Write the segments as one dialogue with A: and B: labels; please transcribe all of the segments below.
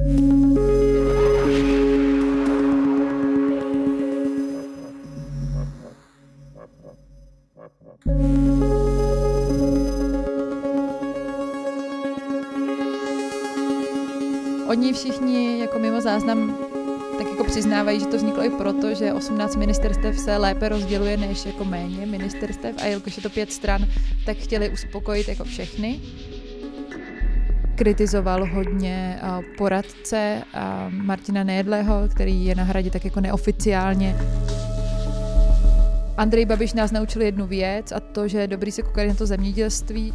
A: Oni všichni jako mimo záznam tak jako přiznávají, že to vzniklo i proto, že 18 ministerstev se lépe rozděluje než jako méně ministerstev a jelikož je to 5 stran, tak chtěli uspokojit jako všechny. Kritizoval hodně poradce Martina Nejedlého, který je na Hradě tak jako neoficiálně. Andrej Babiš nás naučil jednu věc a to, že je dobrý se koukat na to zemědělství.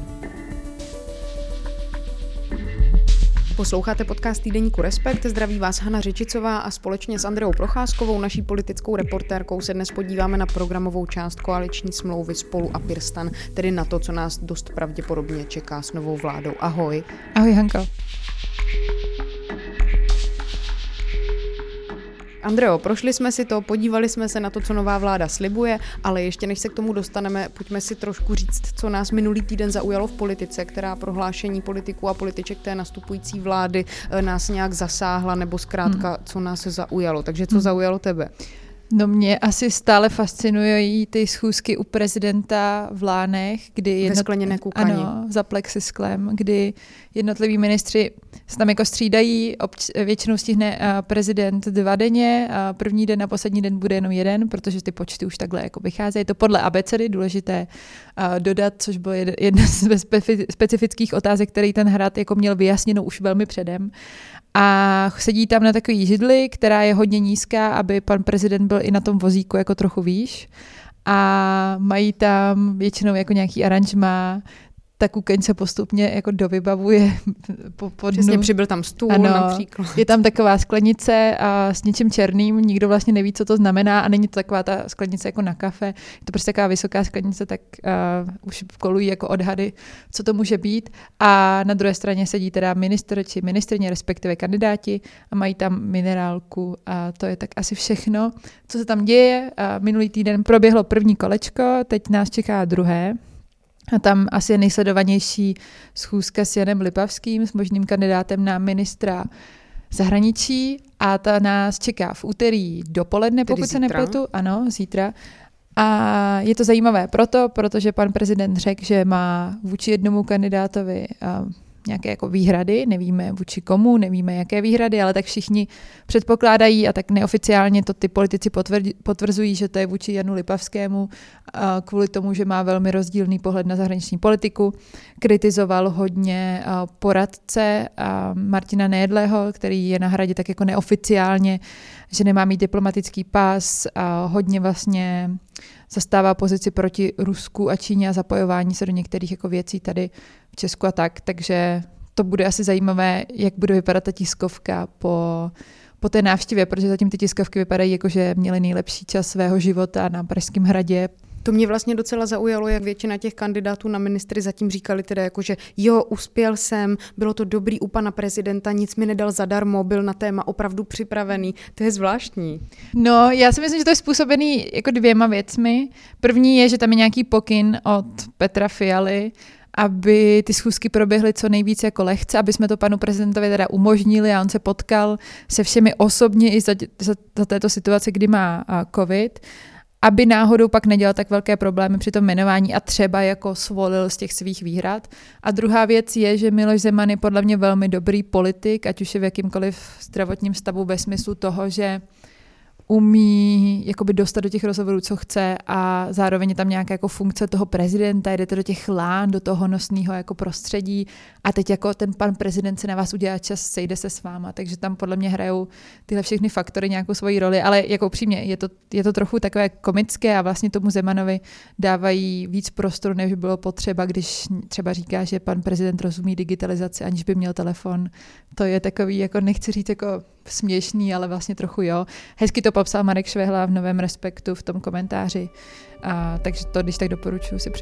B: Posloucháte podcast týdeníku Respekt, zdraví vás Hana Řičicová a společně s Andreou Procházkovou, naší politickou reportérkou, se dnes podíváme na programovou část koaliční smlouvy Spolu a PirSTAN, tedy na to, co nás dost pravděpodobně čeká s novou vládou. Ahoj.
A: Ahoj, Hanko.
B: Andreo, prošli jsme si to, podívali jsme se na to, co nová vláda slibuje, ale ještě než se k tomu dostaneme, pojďme si trošku říct, co nás minulý týden zaujalo v politice, která prohlášení politiků a političek té nastupující vlády nás nějak zasáhla, nebo zkrátka, co nás zaujalo. Takže co zaujalo tebe?
A: No mě asi stále fascinují ty schůzky u prezidenta v Lánech, kdy
B: ve skleněné kukaní.
A: Ano, za plexisklem, kdy jednotliví ministři se tam jako střídají, většinou stihne prezident 2 denně, a první den a poslední den bude jenom 1, protože ty počty už takhle jako vycházejí. To podle abecedy důležité dodat, což byl jedna z specifických otázek, který ten Hrad jako měl vyjasněnou už velmi předem. A sedí tam na takový židli, která je hodně nízká, aby pan prezident byl i na tom vozíku jako trochu výš. A mají tam většinou jako nějaký aranžmá, ta kukeň se postupně jako dovybavuje po dnu.
B: Přesně, přibyl tam stůl například.
A: Je tam taková sklenice a s něčím černým, nikdo vlastně neví, co to znamená a není to taková ta sklenice jako na kafe. Je to prostě taková vysoká sklenice, tak už kolují jako odhady, co to může být. A na druhé straně sedí teda ministr či ministryně, respektive kandidáti a mají tam minerálku a to je tak asi všechno, co se tam děje. Minulý týden proběhlo první kolečko, teď nás čeká druhé. A tam asi je nejsledovanější schůzka s Janem Lipavským, s možným kandidátem na ministra zahraničí a ta nás čeká v úterý dopoledne, pokud se nepletu. Ano, zítra. A je to zajímavé protože pan prezident řekl, že má vůči jednomu kandidátovi nějaké jako výhrady, nevíme vůči komu, nevíme jaké výhrady, ale tak všichni předpokládají a tak neoficiálně to ty politici potvrzují, že to je vůči Janu Lipavskému kvůli tomu, že má velmi rozdílný pohled na zahraniční politiku. Kritizoval hodně poradce Martina Nejedlého, který je na Hradě tak jako neoficiálně, že nemá mít diplomatický pas a hodně vlastně zastává pozici proti Rusku a Číně a zapojování se do některých jako věcí tady v Česku a tak. Takže to bude asi zajímavé, jak bude vypadat ta tiskovka po té návštěvě, protože zatím ty tiskovky vypadají jako, že měli nejlepší čas svého života na Pražském hradě.
B: To mě vlastně docela zaujalo, jak většina těch kandidátů na ministry zatím říkali teda jako, že jo, uspěl jsem, bylo to dobrý u pana prezidenta, nic mi nedal zadarmo, byl na téma opravdu připravený. To je zvláštní.
A: No, já si myslím, že to je způsobený jako 2 věcmi. První je, že tam je nějaký pokyn od Petra Fialy, aby ty schůzky proběhly co nejvíc jako lehce, aby jsme to panu prezidentovi teda umožnili a on se potkal se všemi osobně i za této situace, kdy má covid, aby náhodou pak nedělal tak velké problémy při tom jmenování a třeba jako svolil z těch svých výhrad. A druhá věc je, že Miloš Zeman je podle mě velmi dobrý politik, ať už je v jakýmkoliv zdravotním stavu ve smyslu toho, že umí jakoby dostat do těch rozhovorů, co chce a zároveň je tam nějaká jako funkce toho prezidenta, jdete do těch lán, do toho honosného jako prostředí a teď jako ten pan prezident se na vás udělá čas, sejde se s váma, takže tam podle mě hrajou tyhle všechny faktory nějakou svoji roli, ale jako upřímně, je to trochu takové komické a vlastně tomu Zemanovi dávají víc prostoru, než bylo potřeba, když třeba říká, že pan prezident rozumí digitalizaci, aniž by měl telefon. To je takový, jako nechci říct jako směšný, ale vlastně trochu jo. Hezky to popsal Marek Švehla v Novém Respektu v tom komentáři, takže to, když tak doporučuji si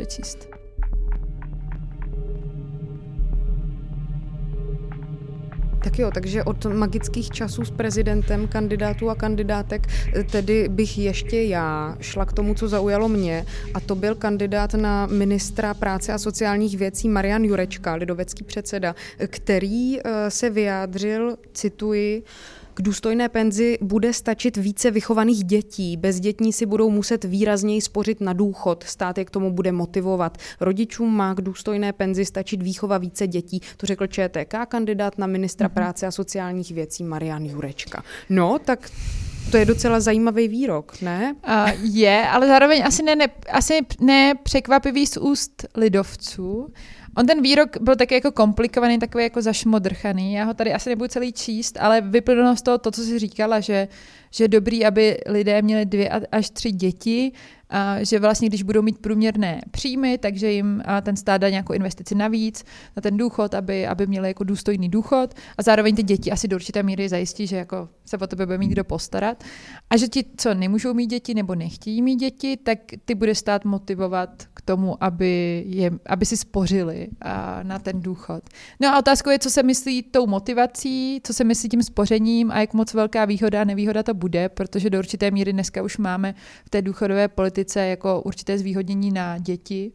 B: Tak jo, takže od magických časů s prezidentem, kandidátů a kandidátek, tedy bych ještě já šla k tomu, co zaujalo mě, a to byl kandidát na ministra práce a sociálních věcí Marian Jurečka, lidovecký předseda, který se vyjádřil, cituji, k důstojné penzi bude stačit více vychovaných dětí. Bezdětní si budou muset výrazněji spořit na důchod. Stát je k tomu bude motivovat. Rodičům má k důstojné penzi stačit výchova více dětí. To řekl ČTK kandidát na ministra práce a sociálních věcí Marian Jurečka. No, tak to je docela zajímavý výrok, ne?
A: Je, ale zároveň asi ne překvapivý z úst lidovců. On ten výrok byl taky jako komplikovaný, takový jako zašmodrchaný. Já ho tady asi nebudu celý číst, ale vyplynulo z toho to, co jsi říkala, že je dobrý, aby lidé měli 2 až 3 děti, a že vlastně, když budou mít průměrné příjmy, takže jim ten stát dá nějakou investici navíc na ten důchod, aby měli jako důstojný důchod, a zároveň ty děti asi do určité míry zajistí, že jako se o tebe bude mít kdo postarat. A že ti, co nemůžou mít děti nebo nechtějí mít děti, tak ty bude stát motivovat k tomu, aby si spořili na ten důchod. No a otázkou je, co se myslí tou motivací, co se myslí tím spořením a jak moc velká výhoda a nevýhoda to bude, protože do určité míry dneska už máme v té důchodové politice jako určité zvýhodnění na děti.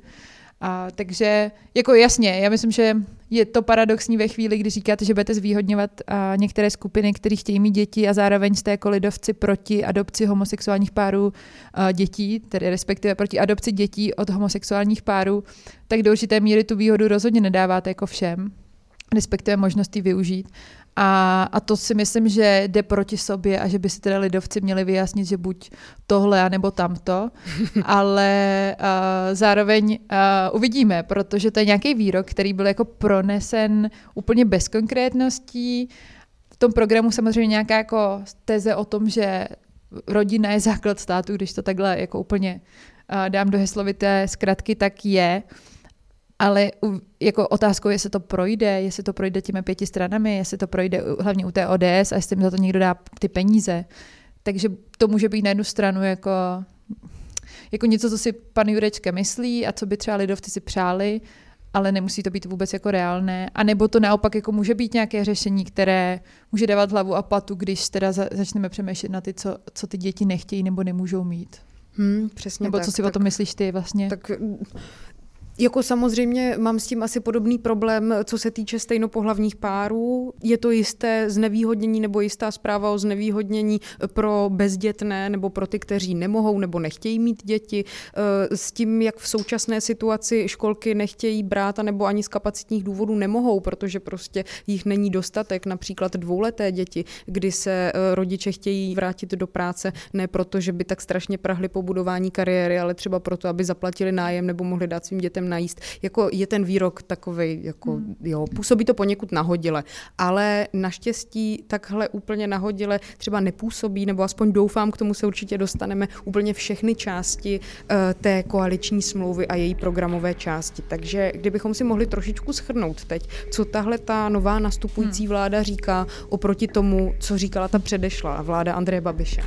A: Takže jako jasně, já myslím, že je to paradoxní ve chvíli, kdy říkáte, že budete zvýhodňovat některé skupiny, které chtějí mít děti, a zároveň jste jako lidovci proti adopci homosexuálních párů dětí, tedy respektive proti adopci dětí od homosexuálních párů, tak do určité míry tu výhodu rozhodně nedáváte jako všem, respektive možnosti využít. A to si myslím, že jde proti sobě a že by si teda lidovci měli vyjasnit, že buď tohle, anebo tamto, ale zároveň uvidíme, protože to je nějaký výrok, který byl jako pronesen úplně bez konkrétností. V tom programu samozřejmě nějaká jako teze o tom, že rodina je základ státu, když to takhle jako úplně dám do heslovité zkratky, tak je. Ale jako otázkou, jestli to projde těmi 5 stranami, jestli to projde hlavně u té ODS a jestli jim za to někdo dá ty peníze. Takže to může být na jednu stranu jako něco, co si pan Jurečka myslí a co by třeba lidovci si přáli, ale nemusí to být vůbec jako reálné. A nebo to naopak jako může být nějaké řešení, které může dávat hlavu a patu, když teda začneme přemýšlet na ty, co ty děti nechtějí nebo nemůžou mít.
B: Přesně
A: nebo
B: tak,
A: co si o tom myslíš ty vlastně?
B: Tak jako samozřejmě mám s tím asi podobný problém, co se týče stejnopohlavních párů. Je to jisté znevýhodnění nebo jistá zpráva o znevýhodnění pro bezdětné nebo pro ty, kteří nemohou nebo nechtějí mít děti. S tím, jak v současné situaci školky nechtějí brát a nebo ani z kapacitních důvodů nemohou, protože prostě jich není dostatek, například 2leté děti, kdy se rodiče chtějí vrátit do práce, ne proto, že by tak strašně prahli po budování kariéry, ale třeba proto, aby zaplatili nájem nebo mohli dát svým dětem najíst. Jako je ten výrok takovej, jako jo, působí to poněkud nahodile, ale naštěstí takhle úplně nahodile třeba nepůsobí, nebo aspoň doufám, k tomu se určitě dostaneme, úplně všechny části té koaliční smlouvy a její programové části. Takže kdybychom si mohli trošičku shrnout teď, co tahle ta nová nastupující vláda říká oproti tomu, co říkala ta předešlá vláda Andreje Babiše.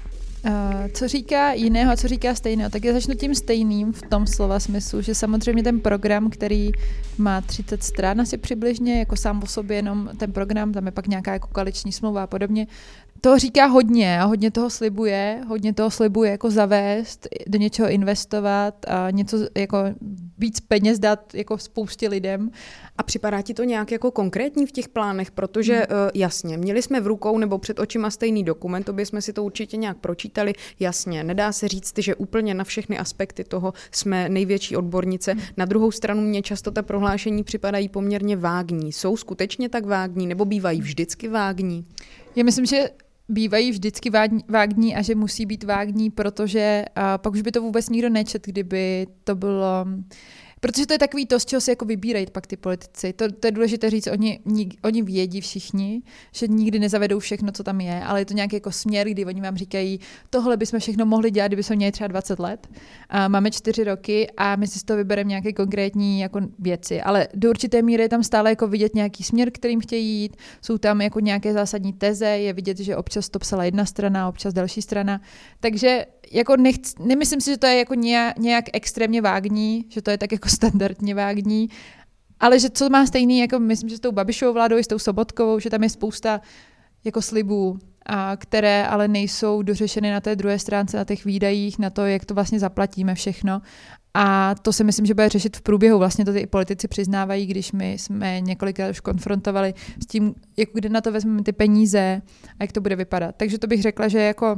A: Co říká jiného a co říká stejného? Tak já začnu tím stejným v tom slova smyslu, že samozřejmě ten program, který má 30 stran asi přibližně, jako sám o sobě jenom ten program, tam je pak nějaká jako koaliční smlouva a podobně, toho říká hodně a hodně toho slibuje jako zavést, do něčeho investovat a něco jako víc peněz dát jako spoustě lidem.
B: A připadá ti to nějak jako konkrétní v těch plánech, protože jasně, měli jsme v rukou nebo před očima stejný dokument, obě jsme si to určitě nějak pročítali, jasně, nedá se říct, že úplně na všechny aspekty toho jsme největší odbornice. Na druhou stranu mě často ta prohlášení připadají poměrně vágní. Jsou skutečně tak vágní nebo bývají vždycky vágní?
A: Já myslím, že bývají vždycky vágní a že musí být vágní, protože pak už by to vůbec nikdo nečet, kdyby to bylo... Protože to je takový to, z čeho se jako vybírají pak ty politici. To je důležité říct, oni vědí všichni, že nikdy nezavedou všechno, co tam je, ale je to nějaký jako směr, kdy oni vám říkají, tohle bychom všechno mohli dělat, kdyby jsme měli třeba 20 let. A máme 4 roky a my si z toho vybereme nějaké konkrétní jako věci. Ale do určité míry je tam stále jako vidět nějaký směr, kterým chtějí jít. Jsou tam jako nějaké zásadní teze, je vidět, že občas to psala jedna strana, občas další strana. Takže jako nemyslím si, že to je jako nějak extrémně vágní, že to je tak jako standardně vágní, Ale že co má stejný, jako myslím, že s tou Babišovou vládou i s tou Sobotkovou, že tam je spousta jako slibů, které ale nejsou dořešeny na té druhé stránce, na těch výdajích, na to, jak to vlastně zaplatíme všechno. A to si myslím, že bude řešit v průběhu. Vlastně to ty politici přiznávají, když my jsme několikrát už konfrontovali s tím, jako kde na to vezmeme ty peníze a jak to bude vypadat. Takže to bych řekla, že je jako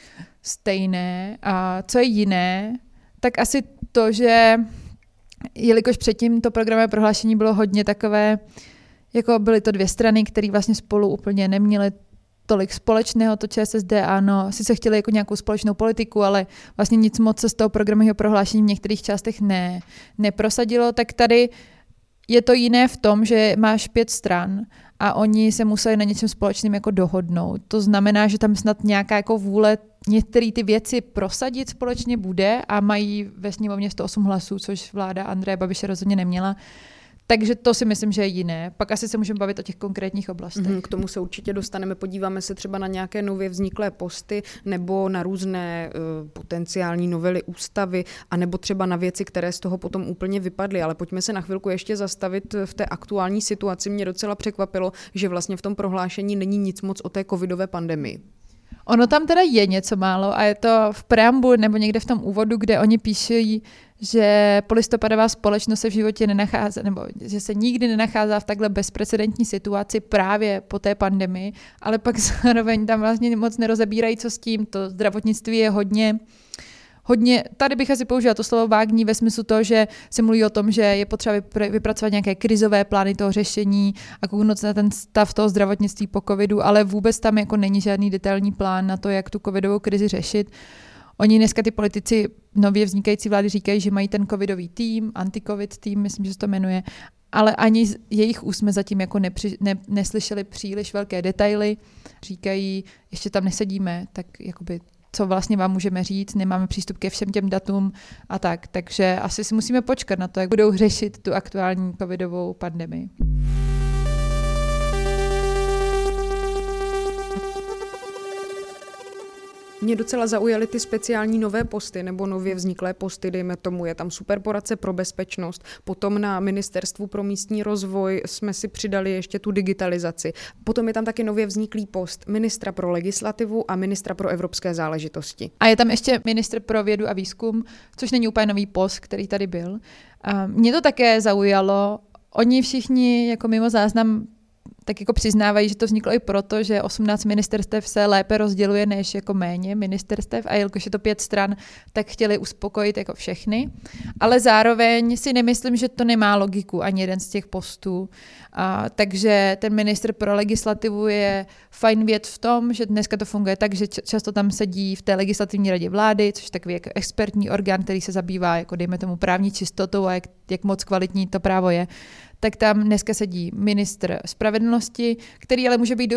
A: stejné. A co je jiné, tak asi to, že jelikož předtím to programové prohlášení bylo hodně takové, jako byly to dvě strany, které vlastně spolu úplně neměly tolik společného, to ČSSD, ano, sice chtěli jako nějakou společnou politiku, ale vlastně nic moc se z toho programového prohlášení v některých částech neprosadilo, tak tady je to jiné v tom, že máš 5 stran a oni se museli na něčem společným jako dohodnout. To znamená, že tam snad nějaká jako vůle některé ty věci prosadit společně bude a mají ve sněmovně 108 hlasů, což vláda Andreje Babiše rozhodně neměla. Takže to si myslím, že je jiné. Pak asi se můžeme bavit o těch konkrétních oblastech.
B: K tomu se určitě dostaneme. Podíváme se třeba na nějaké nově vzniklé posty nebo na různé potenciální novely ústavy a nebo třeba na věci, které z toho potom úplně vypadly. Ale pojďme se na chvilku ještě zastavit v té aktuální situaci. Mě docela překvapilo, že vlastně v tom prohlášení není nic moc o té covidové pandemii.
A: Ono tam teda je něco málo a je to v preambuli nebo někde v tom úvodu, kde oni píší, že polistopadová společnost se v životě nenachází, nebo že se nikdy nenachází v takhle bezprecedentní situaci právě po té pandemii, ale pak zároveň tam vlastně moc nerozebírají, co s tím. To zdravotnictví je hodně, tady bych asi použila to slovo vágní ve smyslu toho, že se mluví o tom, že je potřeba vypracovat nějaké krizové plány toho řešení a kouknout na ten stav toho zdravotnictví po covidu, ale vůbec tam jako není žádný detailní plán na to, jak tu covidovou krizi řešit. Oni dneska ty politici nově vznikající vlády říkají, že mají ten covidový tým, anti-covid tým, myslím, že se to jmenuje, ale ani z jejich úst jsme zatím jako neslyšeli příliš velké detaily. Říkají, ještě tam nesedíme, tak jakoby co vlastně vám můžeme říct, nemáme přístup ke všem těm datům a tak. Takže asi si musíme počkat na to, jak budou řešit tu aktuální covidovou pandemii.
B: Mě docela zaujaly ty speciální nové posty nebo nově vzniklé posty, dejme tomu, je tam superporadce pro bezpečnost, potom na Ministerstvu pro místní rozvoj jsme si přidali ještě tu digitalizaci. Potom je tam taky nově vzniklý post ministra pro legislativu a ministra pro evropské záležitosti.
A: A je tam ještě ministr pro vědu a výzkum, což není úplně nový post, který tady byl. A mě to také zaujalo. Oni všichni jako mimo záznam tak jako přiznávají, že to vzniklo i proto, že 18 ministerstev se lépe rozděluje než jako méně ministerstev a jelikož je to 5 stran, tak chtěli uspokojit jako všechny. Ale zároveň si nemyslím, že to nemá logiku ani jeden z těch postů. Takže ten ministr pro legislativu je fajn věc v tom, že dneska to funguje tak, že často tam sedí v té legislativní radě vlády, což je takový jako expertní orgán, který se zabývá jako dejme tomu právní čistotou a jak moc kvalitní to právo je. Tak tam dneska sedí ministr spravedlnosti, který ale může být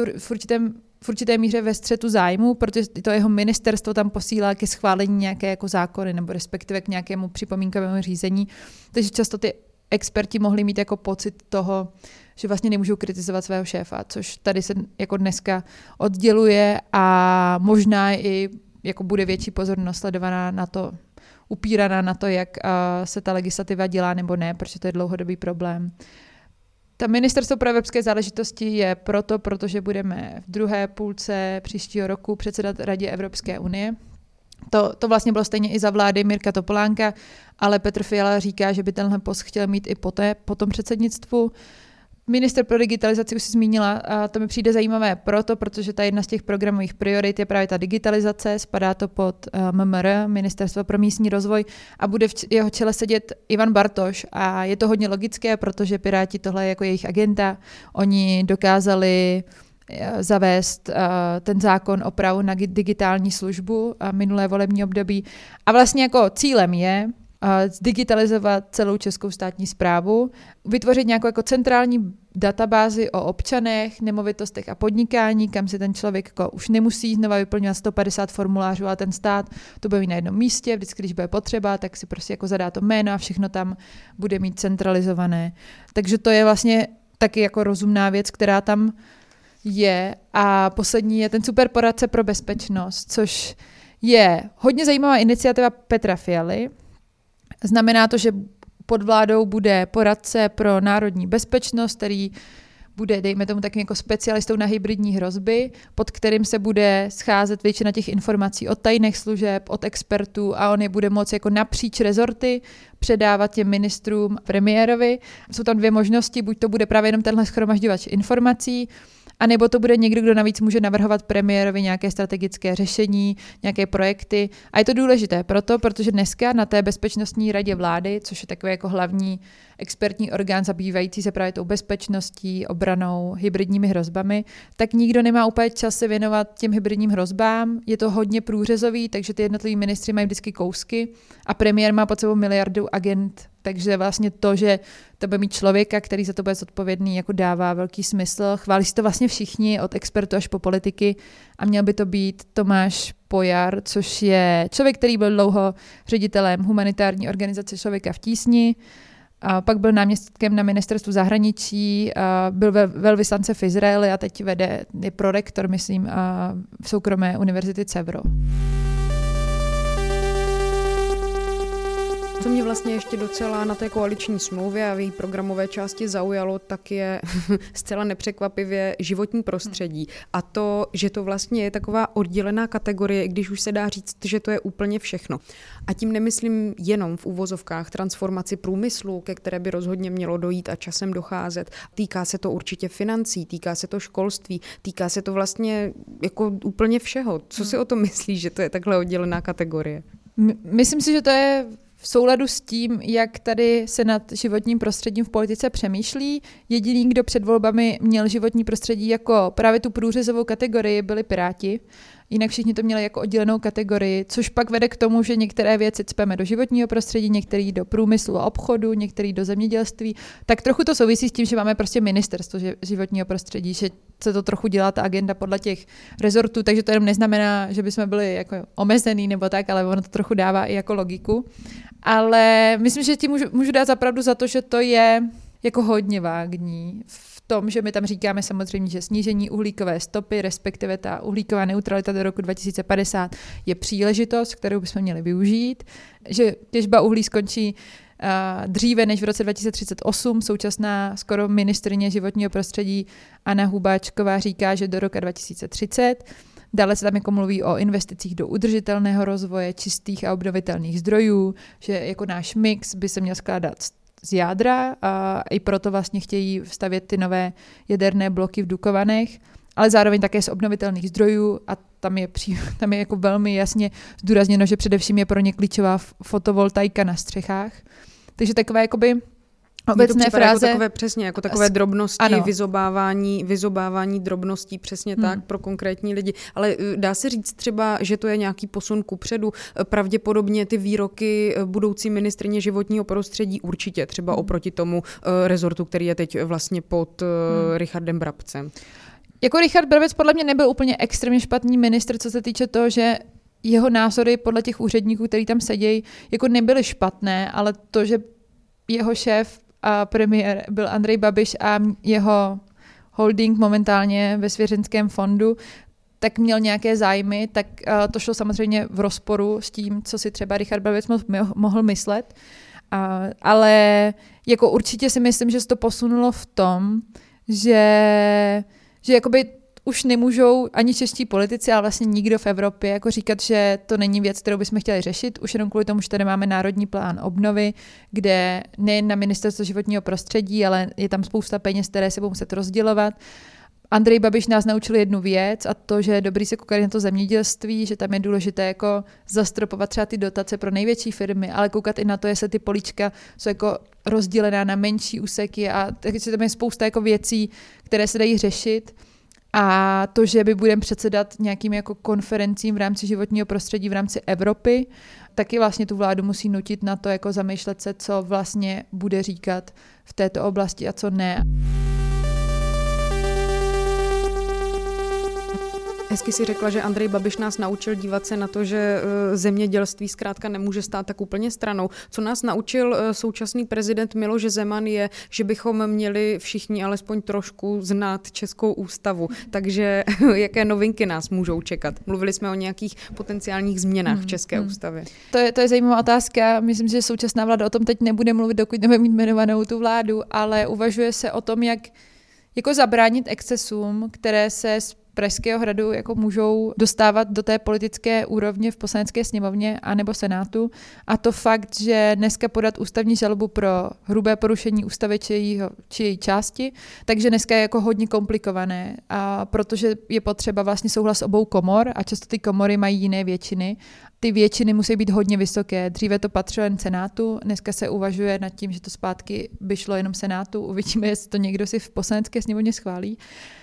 A: v určité míře ve střetu zájmu, protože to jeho ministerstvo tam posílá ke schválení nějaké jako zákony nebo respektive k nějakému připomínkovému řízení. Takže často ty experti mohli mít jako pocit toho, že vlastně nemůžou kritizovat svého šéfa, což tady se jako dneska odděluje a možná i jako bude větší pozornost sledovaná na to, upíraná na to, jak se ta legislativa dělá nebo ne, protože to je dlouhodobý problém. Ta Ministerstvo pro evropské záležitosti je protože budeme v druhé půlce příštího roku předsedat Radě Evropské unie. To vlastně bylo stejně i za vlády Mirka Topolánka, ale Petr Fiala říká, že by tenhle post chtěl mít i po tom předsednictvu. Minister pro digitalizaci už si zmínila, a to mi přijde zajímavé protože ta jedna z těch programových priorit je právě ta digitalizace, spadá to pod MMR, Ministerstvo pro místní rozvoj a bude v jeho čele sedět Ivan Bartoš a je to hodně logické, protože Piráti tohle je jako jejich agenda, oni dokázali zavést ten zákon o právu na digitální službu minulé volební období a vlastně jako cílem je zdigitalizovat celou českou státní správu, vytvořit nějakou jako centrální databázi o občanech, nemovitostech a podnikání, kam si ten člověk jako už nemusí znova vyplňovat 150 formulářů, ale ten stát to bude mít na jednom místě, vždycky, když bude potřeba, tak si prostě jako zadá to jméno a všechno tam bude mít centralizované. Takže to je vlastně taky jako rozumná věc, která tam je. A poslední je ten superporadce pro bezpečnost, což je hodně zajímavá iniciativa Petra Fialy. Znamená to, že Pod vládou bude poradce pro národní bezpečnost, který bude, dejme tomu, takovým jako specialistou na hybridní hrozby, pod kterým se bude scházet většina těch informací od tajných služeb, od expertů a on je bude moci jako napříč rezorty předávat těm ministrům, premiérovi. Jsou tam dvě možnosti, buď to bude právě jenom tenhle shromažďovač informací, a nebo to bude někdo, kdo navíc může navrhovat premiérovi nějaké strategické řešení, nějaké projekty. A je to důležité protože dneska na té bezpečnostní radě vlády, což je takový jako hlavní expertní orgán zabývající se právě tou bezpečností, obranou, hybridními hrozbami, tak nikdo nemá úplně čas se věnovat těm hybridním hrozbám. Je to hodně průřezový, takže ty jednotliví ministři mají vždycky kousky a premiér má pod sebou miliardu agent. Takže vlastně to, že to bude mít člověka, který za to bude zodpovědný, jako dává velký smysl. Chválí si to vlastně všichni, od expertů až po politiky. A měl by to být Tomáš Pojar, což je člověk, který byl dlouho ředitelem humanitární organizace Člověka v tísni. A pak byl náměstkem na ministerstvu zahraničí, byl velvyslance v Izraeli a teď je prorektor, myslím, v soukromé univerzity Cevro.
B: Co mě vlastně ještě docela na té koaliční smlouvě a v její programové části zaujalo, tak je zcela nepřekvapivě životní prostředí. A to, že to vlastně je taková oddělená kategorie, i když už se dá říct, že to je úplně všechno. A tím nemyslím jenom v uvozovkách transformaci průmyslu, ke které by rozhodně mělo dojít a časem docházet. Týká se to určitě financí, týká se to školství, týká se to vlastně jako úplně všeho. Co si o tom myslíš, že to je takhle oddělená kategorie?
A: Myslím si, že to je v souladu s tím, jak tady se nad životním prostředím v politice přemýšlí. Jediný, kdo před volbami měl životní prostředí jako právě tu průřezovou kategorii, byli Piráti. Jinak všichni to měli jako oddělenou kategorii, což pak vede k tomu, že některé věci cpeme do životního prostředí, některý do průmyslu a obchodu, některý do zemědělství. Tak trochu to souvisí s tím, že máme prostě ministerstvo životního prostředí, že se to trochu dělá ta agenda podle těch rezortů, takže to jenom neznamená, že bychom byli jako omezený nebo tak, ale ono to trochu dává i jako logiku. Ale myslím, že ti můžu dát zapravdu za to, že to je jako hodně vágní v tom, že my tam říkáme samozřejmě, že snížení uhlíkové stopy, respektive ta uhlíková neutralita do roku 2050 je příležitost, kterou bychom měli využít, že těžba uhlí skončí dříve než v roce 2038. Současná skoro ministryně životního prostředí Anna Hubáčková říká, že do roku 2030. Dále se tam jako mluví o investicích do udržitelného rozvoje, čistých a obnovitelných zdrojů, že jako náš mix by se měl skládat z jádra a i proto vlastně chtějí stavět ty nové jaderné bloky v Dukovanech, ale zároveň také z obnovitelných zdrojů a tam je jako velmi jasně zdůrazněno, že především je pro ně klíčová fotovoltaika na střechách. Takže takové jakoby obecné fráze.
B: Jako takové přesně, jako takové drobnosti, vyzobávání drobností, přesně tak pro konkrétní lidi. Ale dá se říct třeba, že to je nějaký posun kupředu. Pravděpodobně ty výroky budoucí ministryně životního prostředí určitě třeba oproti tomu rezortu, který je teď vlastně pod Richardem Brabcem.
A: Jako Richard Brabec podle mě nebyl úplně extrémně špatný ministr, co se týče toho, že jeho názory podle těch úředníků, kteří tam sedějí, jako nebyly špatné, ale to, že jeho šéf a premiér byl Andrej Babiš a jeho holding momentálně ve svěřenském fondu, tak měl nějaké zájmy, tak to šlo samozřejmě v rozporu s tím, co si třeba Richard Brabec mohl myslet. Ale jako určitě si myslím, že se to posunulo v tom, že jakoby už nemůžou ani čeští politici, ale vlastně nikdo v Evropě jako říkat, že to není věc, kterou bychom chtěli řešit, už jenom kvůli tomu, že tady máme národní plán obnovy, kde nejen na ministerstvo životního prostředí, ale je tam spousta peněz, které se budou muset rozdělovat. Andrej Babiš nás naučil jednu věc a to, že je dobrý se koukat na to zemědělství, že tam je důležité jako zastropovat třeba ty dotace pro největší firmy, ale koukat i na to, jestli ty políčka jsou jako rozdělená na menší úseky a takže tam je spousta jako věcí, které se dají řešit. A to, že my budeme předsedat nějakým jako konferencím v rámci životního prostředí v rámci Evropy, taky vlastně tu vládu musí nutit na to, jako zamýšlet se, co vlastně bude říkat v této oblasti a co ne.
B: Hezky si řekla, že Andrej Babiš nás naučil dívat se na to, že zemědělství zkrátka nemůže stát tak úplně stranou. Co nás naučil současný prezident Miloš Zeman je, že bychom měli všichni alespoň trošku znát českou ústavu. Takže jaké novinky nás můžou čekat? Mluvili jsme o nějakých potenciálních změnách v české ústavě.
A: To je zajímavá otázka. Myslím, že současná vláda o tom teď nebude mluvit, dokud nebude mít jmenovanou tu vládu, ale uvažuje se o tom, jak jako zabránit excesům, které se z Pražského hradu jako můžou dostávat do té politické úrovně v Poslanecké sněmovně anebo Senátu. A to fakt, že dneska podat ústavní žalobu pro hrubé porušení ústavy či její části, takže dneska je jako hodně komplikované, a protože je potřeba vlastně souhlas obou komor a často ty komory mají jiné většiny. Ty většiny musí být hodně vysoké. Dříve to patřilo jen Senátu, dneska se uvažuje nad tím, že to zpátky by šlo jenom Senátu. Uvidíme, jestli to někdo si v Poslanecké sněmovně schválí.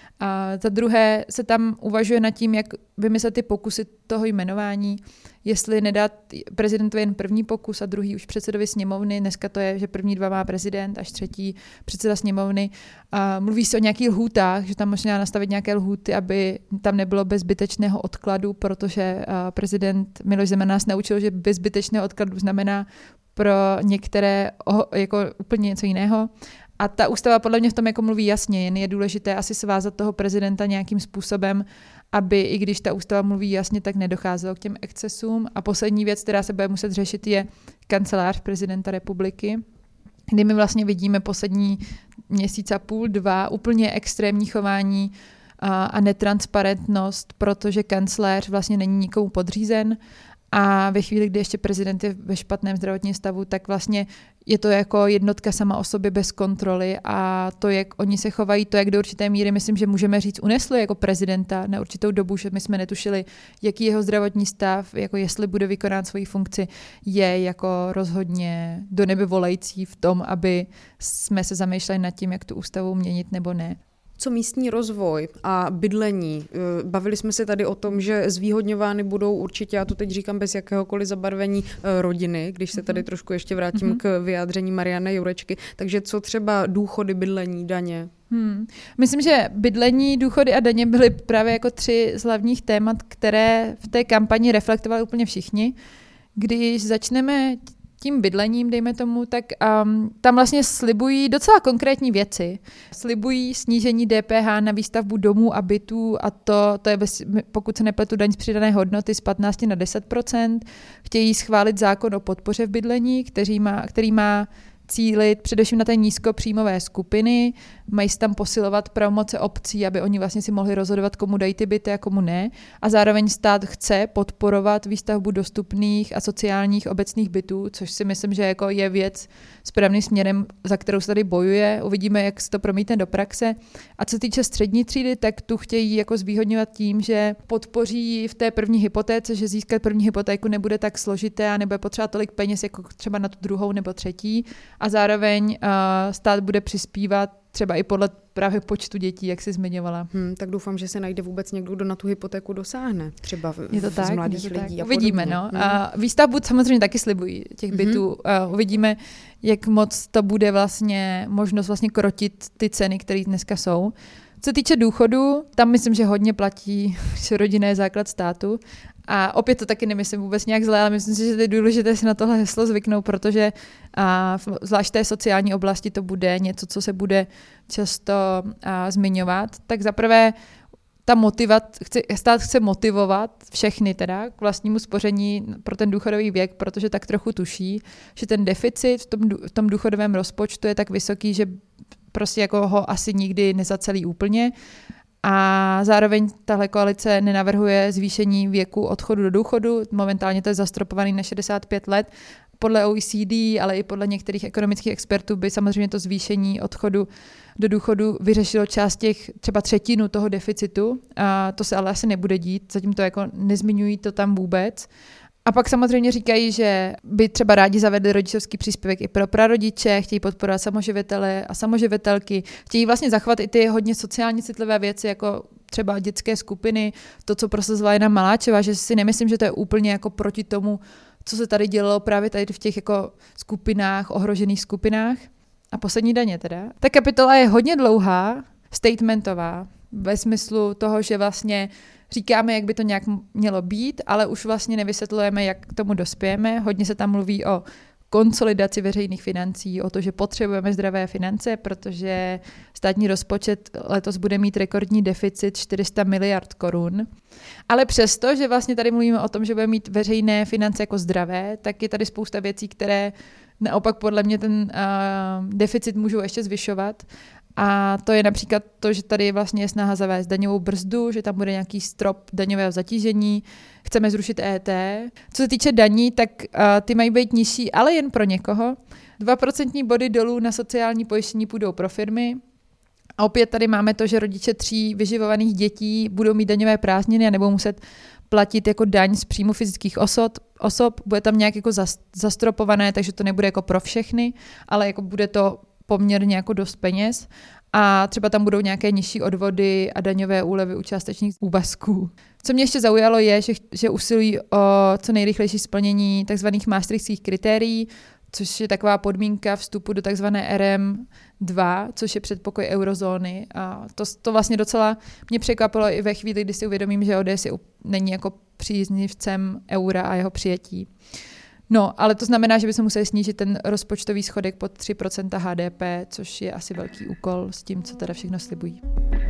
A: A za druhé se tam uvažuje nad tím, jak vymyslet ty pokusy toho jmenování, jestli nedat prezidentovi jen první pokus a druhý už předsedovi sněmovny. Dneska to je, že první dva má prezident, až třetí předseda sněmovny. A mluví se o nějakých lhůtách, že tam možná nastavit nějaké lhůty, aby tam nebylo bez zbytečného odkladu, protože prezident Miloš Zeman nás naučil, že bez zbytečného odkladu znamená pro některé jako úplně něco jiného. A ta ústava podle mě v tom jako mluví jasně, jen je důležité asi svázat toho prezidenta nějakým způsobem, aby i když ta ústava mluví jasně, tak nedocházelo k těm excesům. A poslední věc, která se bude muset řešit, je kancelář prezidenta republiky, kdy my vlastně vidíme poslední měsíc a půl, 2 úplně extrémní chování a netransparentnost, protože kancléř vlastně není nikomu podřízen. A ve chvíli, kdy ještě prezident je ve špatném zdravotním stavu, tak vlastně je to jako jednotka sama o sobě bez kontroly a to, jak oni se chovají, to, jak do určité míry, myslím, že můžeme říct, unesli jako prezidenta na určitou dobu, že my jsme netušili, jaký jeho zdravotní stav, jako jestli bude vykonat svoji funkci, je jako rozhodně do nebe volající v tom, aby jsme se zamýšleli nad tím, jak tu ústavu měnit nebo ne.
B: Co místní rozvoj a bydlení? Bavili jsme se tady o tom, že zvýhodňovány budou určitě, já to teď říkám bez jakéhokoliv zabarvení, rodiny, když se tady trošku ještě vrátím k vyjádření Marianny Jurečky. Takže co třeba důchody, bydlení, daně?
A: Myslím, že bydlení, důchody a daně byly právě jako 3 z hlavních témat, které v té kampani reflektovali úplně všichni. Když začneme tím bydlením, dejme tomu, tak tam vlastně slibují docela konkrétní věci. Slibují snížení DPH na výstavbu domů a bytů a to je, pokud se nepletu, daň z přidané hodnoty z 15 na 10%. Chtějí schválit zákon o podpoře v bydlení, který má cílit především na té nízkopříjmové skupiny, mají se tam posilovat pravomoce obcí, aby oni vlastně si mohli rozhodovat, komu dají ty byty a komu ne. A zároveň stát chce podporovat výstavbu dostupných a sociálních obecných bytů, což si myslím, že jako je věc správným směrem, za kterou se tady bojuje. Uvidíme, jak se to promítne do praxe. A co se týče střední třídy, tak tu chtějí jako zvýhodňovat tím, že podpoří v té první hypotéce, že získat první hypotéku nebude tak složité a nebude potřeba tolik peněz jako třeba na tu druhou nebo třetí. A zároveň stát bude přispívat třeba i podle právě počtu dětí, jak jsi zmiňovala.
B: Tak doufám, že se najde vůbec někdo, kdo na tu hypotéku dosáhne. Třeba
A: z
B: mladých lidí.
A: Uvidíme, no. Výstavbu samozřejmě taky slibují těch bytů. Uvidíme, jak moc to bude vlastně možnost vlastně krotit ty ceny, které dneska jsou. Co se týče důchodu, tam myslím, že hodně platí, že rodina je základ státu. A opět to taky nemyslím vůbec nějak zle, ale myslím si, že je důležité si na tohle heslo zvyknout, protože zvlášť v té sociální oblasti to bude něco, co se bude často zmiňovat. Tak zaprvé stát chce motivovat všechny teda k vlastnímu spoření pro ten důchodový věk, protože tak trochu tuší, že ten deficit v tom důchodovém rozpočtu je tak vysoký, že prostě jako ho asi nikdy nezacelí úplně. A zároveň tahle koalice nenavrhuje zvýšení věku odchodu do důchodu. Momentálně to je zastropovaný na 65 let. Podle OECD, ale i podle některých ekonomických expertů by samozřejmě to zvýšení odchodu do důchodu vyřešilo část těch třeba 1/3 toho deficitu. A to se ale asi nebude dít, zatím to jako nezmiňují to tam vůbec. A pak samozřejmě říkají, že by třeba rádi zavedli rodičovský příspěvek i pro prarodiče, chtějí podporovat samoživitele a samoživitelky, chtějí vlastně zachovat i ty hodně sociálně citlivé věci, jako třeba dětské skupiny, to, co prosazovala Jana Maláčová, že si nemyslím, že to je úplně jako proti tomu, co se tady dělalo právě tady v těch jako skupinách, ohrožených skupinách. A poslední daně teda. Ta kapitola je hodně dlouhá, statementová, ve smyslu toho, že vlastně říkáme, jak by to nějak mělo být, ale už vlastně nevysvětlujeme, jak k tomu dospějeme. Hodně se tam mluví o konsolidaci veřejných financí, o to, že potřebujeme zdravé finance, protože státní rozpočet letos bude mít rekordní deficit 400 miliard korun. Ale přesto, že vlastně tady mluvíme o tom, že budeme mít veřejné finance jako zdravé, tak je tady spousta věcí, které naopak podle mě ten deficit můžou ještě zvyšovat. A to je například to, že tady vlastně je snaha zavést daňovou brzdu, že tam bude nějaký strop daňového zatížení, chceme zrušit EET. Co se týče daní, tak ty mají být nižší, ale jen pro někoho. 2% body dolů na sociální pojištění půjdou pro firmy. A opět tady máme to, že rodiče 3 vyživovaných dětí budou mít daňové prázdniny a nebudou muset platit jako daň z příjmu fyzických osob. Bude tam nějak jako zastropované, takže to nebude jako pro všechny, ale jako bude to poměrně jako dost peněz a třeba tam budou nějaké nižší odvody a daňové úlevy u částečných úvazků. Co mě ještě zaujalo je, že usilují o co nejrychlejší splnění tzv. Maastrichtských kritérií, což je taková podmínka vstupu do tzv. RM2, což je předpokoj eurozóny. A to vlastně docela mě překvapilo i ve chvíli, kdy si uvědomím, že ODS není jako příznivcem eura a jeho přijetí. No, ale to znamená, že bychom museli snížit ten rozpočtový schodek pod 3% HDP, což je asi velký úkol s tím, co teda všechno slibují.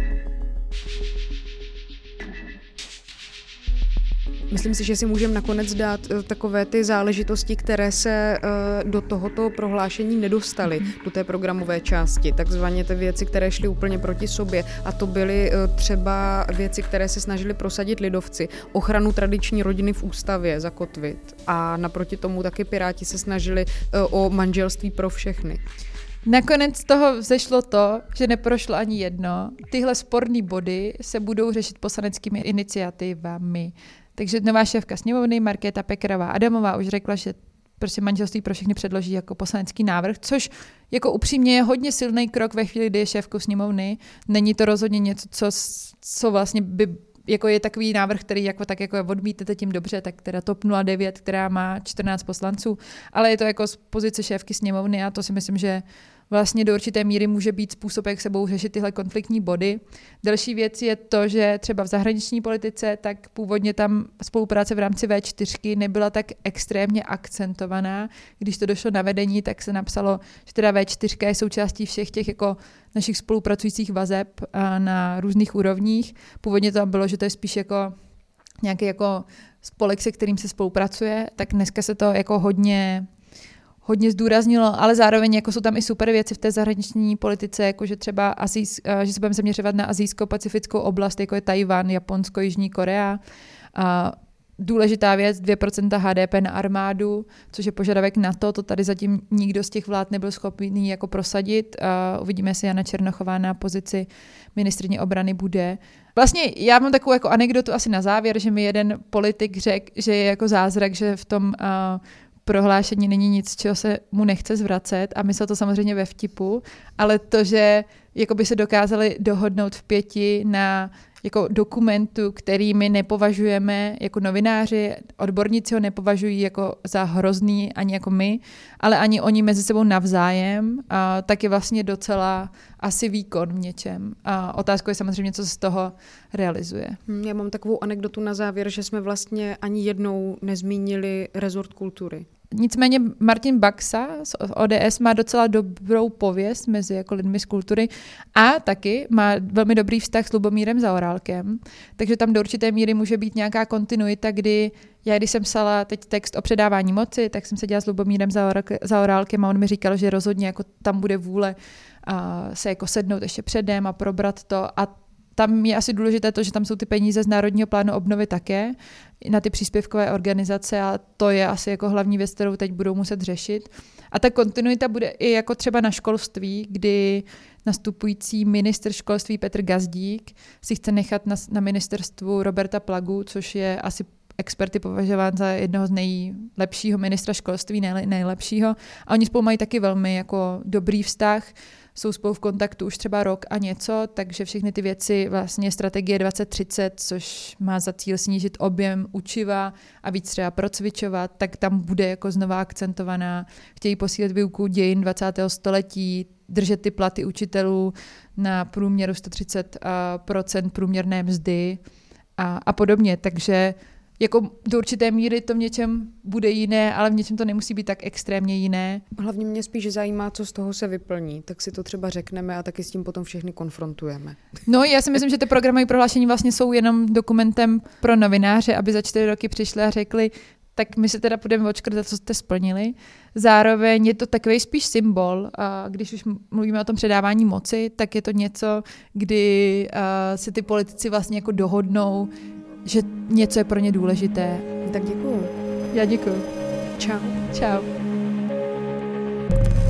B: Myslím si, že si můžeme nakonec dát takové ty záležitosti, které se do tohoto prohlášení nedostaly, do té programové části, takzvaně ty věci, které šly úplně proti sobě. A to byly třeba věci, které se snažili prosadit lidovci, ochranu tradiční rodiny v ústavě zakotvit. A naproti tomu taky Piráti se snažili o manželství pro všechny.
A: Nakonec z toho vzešlo to, že neprošlo ani jedno. Tyhle sporné body se budou řešit poslaneckými iniciativami. Takže nová šéfka sněmovny Markéta Pekarová Adamová už řekla, že prostě manželství pro všechny předloží jako poslanecký návrh, což jako upřímně je hodně silný krok ve chvíli, kdy je šéfkou sněmovny. Není to rozhodně něco, co vlastně by jako je takový návrh, který jako tak jako odmítnete tím dobře, tak teda TOP 09, která má 14 poslanců, ale je to jako z pozice šéfky sněmovny a to si myslím, že vlastně do určité míry může být způsob, jak se budou řešit tyhle konfliktní body. Další věc je to, že třeba v zahraniční politice, tak původně tam spolupráce v rámci V4 nebyla tak extrémně akcentovaná. Když to došlo na vedení, tak se napsalo, že teda V4 je součástí všech těch jako našich spolupracujících vazeb na různých úrovních. Původně to bylo, že to je spíš jako nějaký jako spolek, se kterým se spolupracuje, tak dneska se to jako hodně zdůraznilo, ale zároveň jako jsou tam i super věci v té zahraniční politice, jako že třeba že se budeme zaměřovat na asijsko-pacifickou oblast, jako je Tajvan, Japonsko, Jižní Korea. Důležitá věc, 2% HDP na armádu, což je požadavek NATO, to tady zatím nikdo z těch vlád nebyl schopný jako prosadit. Uvidíme, jestli Jana Černochová na pozici ministryně obrany bude. Vlastně já mám takovou jako anekdotu asi na závěr, že mi jeden politik řekl, že je jako zázrak, že v tom prohlášení není nic, čeho se mu nechce zvracet a myslel to samozřejmě ve vtipu, ale to, že jako by se dokázali dohodnout v 5 na jako dokumentu, který my nepovažujeme jako novináři, odborníci ho nepovažují jako za hrozný ani jako my, ale ani oni mezi sebou navzájem, tak je vlastně docela asi výkon v něčem. A otázka je samozřejmě, co se z toho realizuje.
B: Já mám takovou anekdotu na závěr, že jsme vlastně ani jednou nezmínili rezort kultury.
A: Nicméně Martin Baxa z ODS má docela dobrou pověst mezi jako lidmi z kultury a taky má velmi dobrý vztah s Lubomírem Zaorálkem, takže tam do určité míry může být nějaká kontinuita, kdy já, když jsem psala teď text o předávání moci, tak jsem se dělala s Lubomírem Zaorálkem a on mi říkal, že rozhodně jako tam bude vůle se jako sednout ještě předem a probrat to a tam je asi důležité to, že tam jsou ty peníze z Národního plánu obnovy také na ty příspěvkové organizace a to je asi jako hlavní věc, kterou teď budou muset řešit. A ta kontinuita bude i jako třeba na školství, kdy nastupující ministr školství Petr Gazdík si chce nechat na ministerstvu Roberta Plagu, což je asi experty považován za jednoho z nejlepšího ministra školství, nejlepšího. A oni spolu mají taky velmi jako dobrý vztah, jsou spolu v kontaktu už třeba rok a něco, takže všechny ty věci, vlastně strategie 2030, což má za cíl snížit objem učiva a víc třeba procvičovat, tak tam bude jako znova akcentovaná. Chtějí posílit výuku dějin 20. století, držet ty platy učitelů na průměru 130% průměrné mzdy a podobně. Takže jako do určité míry to v něčem bude jiné, ale v něčem to nemusí být tak extrémně jiné.
B: Hlavně mě spíš zajímá, co z toho se vyplní, tak si to třeba řekneme a taky s tím potom všechny konfrontujeme.
A: No, já si myslím, že ty programové prohlášení vlastně jsou jenom dokumentem pro novináře, aby za 4 roky přišli a řekli, tak my se teda budeme odškrtat, co jste splnili. Zároveň je to takový spíš symbol, a když už mluvíme o tom předávání moci, tak je to něco, kdy se ty politici vlastně jako dohodnou, že něco je pro ně důležité.
B: Tak děkuju.
A: Já děkuju.
B: Čau.
A: Čau.